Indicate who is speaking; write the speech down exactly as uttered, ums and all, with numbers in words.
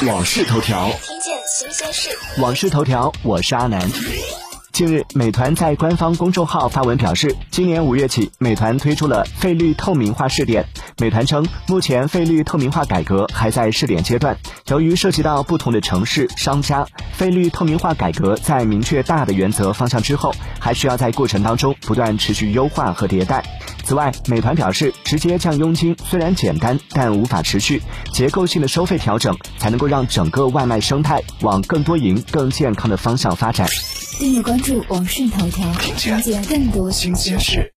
Speaker 1: 网视头条，
Speaker 2: 听见新鲜事。
Speaker 1: 网视头条，我是阿南。近日，美团在官方公众号发文表示，今年五月起，美团推出了费率透明化试点。美团称，目前费率透明化改革还在试点阶段，由于涉及到不同的城市、商家，费率透明化改革在明确大的原则方向之后，还需要在过程当中不断持续优化和迭代。此外，美团表示，直接降佣金虽然简单，但无法持续，结构性的收费调整才能够让整个外卖生态往更多赢、更健康的方向发展。
Speaker 3: 订阅关注网讯头条，了解更多新鲜事。